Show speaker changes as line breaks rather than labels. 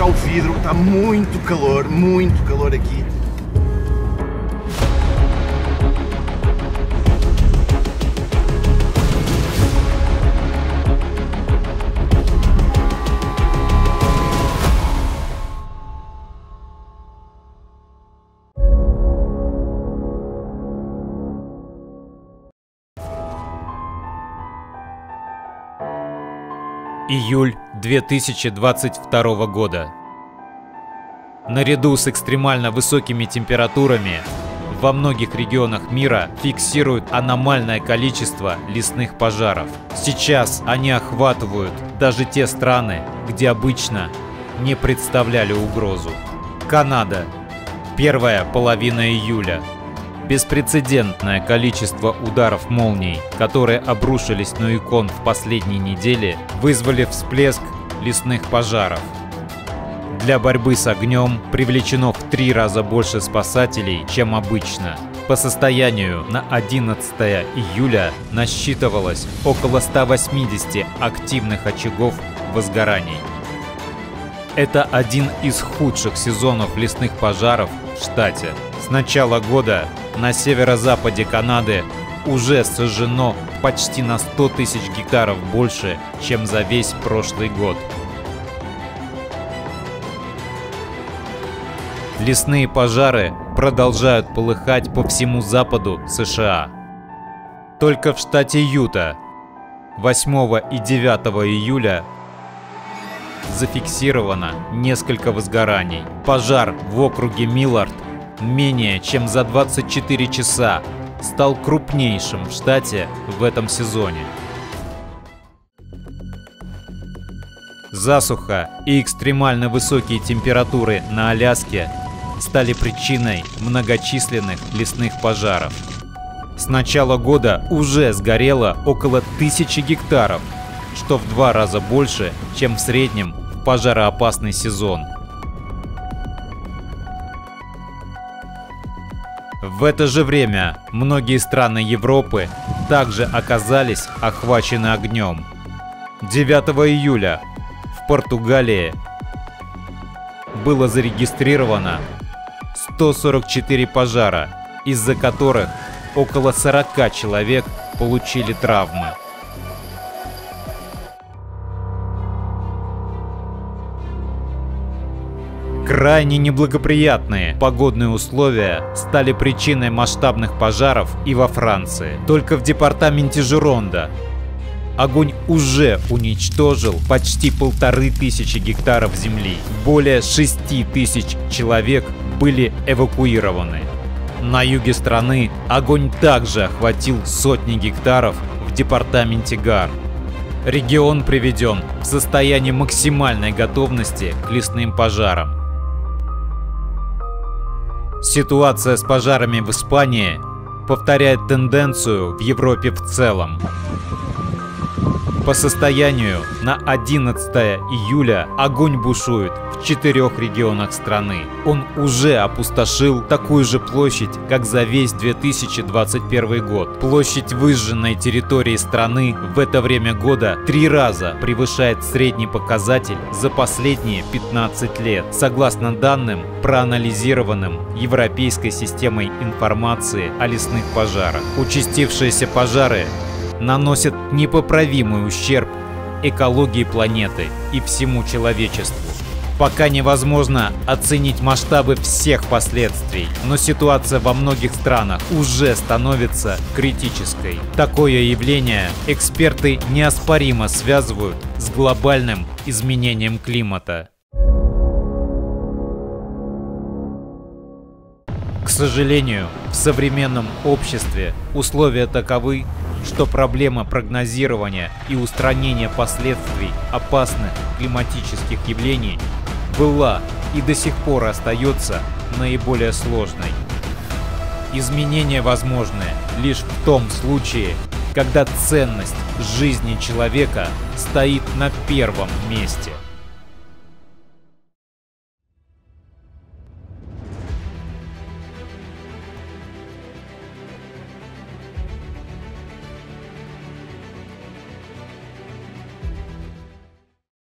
fechar o vidro, tá muito calor aqui.
Июль 2022 года. Наряду с экстремально высокими температурами во многих регионах мира фиксируют аномальное количество лесных пожаров. Сейчас они охватывают даже те страны, где обычно не представляли угрозу. Канада. Первая половина июля. Беспрецедентное количество ударов молний, которые обрушились на Юкон в последние недели, вызвали всплеск лесных пожаров. Для борьбы с огнем привлечено в 3 раза больше спасателей, чем обычно. По состоянию на 11 июля насчитывалось около 180 активных очагов возгораний. Это один из худших сезонов лесных пожаров в штате. С начала года на северо-западе Канады уже сожжено почти на 100 тысяч гектаров больше, чем за весь прошлый год. Лесные пожары продолжают полыхать по всему западу США. Только в штате Юта 8 и 9 июля зафиксировано несколько возгораний. Пожар в округе Миллард менее чем за 24 часа стал крупнейшим в штате в этом сезоне. Засуха и экстремально высокие температуры на Аляске стали причиной многочисленных лесных пожаров. С начала года уже сгорело около 1000 гектаров, что в 2 раза больше, чем в среднем в пожароопасный сезон. В это же время многие страны Европы также оказались охвачены огнем. 9 июля в Португалии было зарегистрировано 144 пожара, из-за которых около 40 человек получили травмы. Крайне неблагоприятные погодные условия стали причиной масштабных пожаров и во Франции. Только в департаменте Жеронда огонь уже уничтожил почти 1500 гектаров земли. Более 6000 человек были эвакуированы. На юге страны огонь также охватил сотни гектаров в департаменте Гар. Регион приведен в состояние максимальной готовности к лесным пожарам. Ситуация с пожарами в Испании повторяет тенденцию в Европе в целом. По состоянию на 11 июля огонь бушует в 4 регионах страны. Он уже опустошил такую же площадь, как за весь 2021 год. Площадь выжженной территории страны в это время года 3 раза превышает средний показатель за последние 15 лет, согласно данным, проанализированным Европейской системой информации о лесных пожарах. Участившиеся пожары наносят непоправимый ущерб экологии планеты и всему человечеству. Пока невозможно оценить масштабы всех последствий, но ситуация во многих странах уже становится критической. Такое явление эксперты неоспоримо связывают с глобальным изменением климата. К сожалению, в современном обществе условия таковы, что проблема прогнозирования и устранения последствий опасных климатических явлений была и до сих пор остается наиболее сложной. Изменения возможны лишь в том случае, когда ценность жизни человека стоит на первом месте.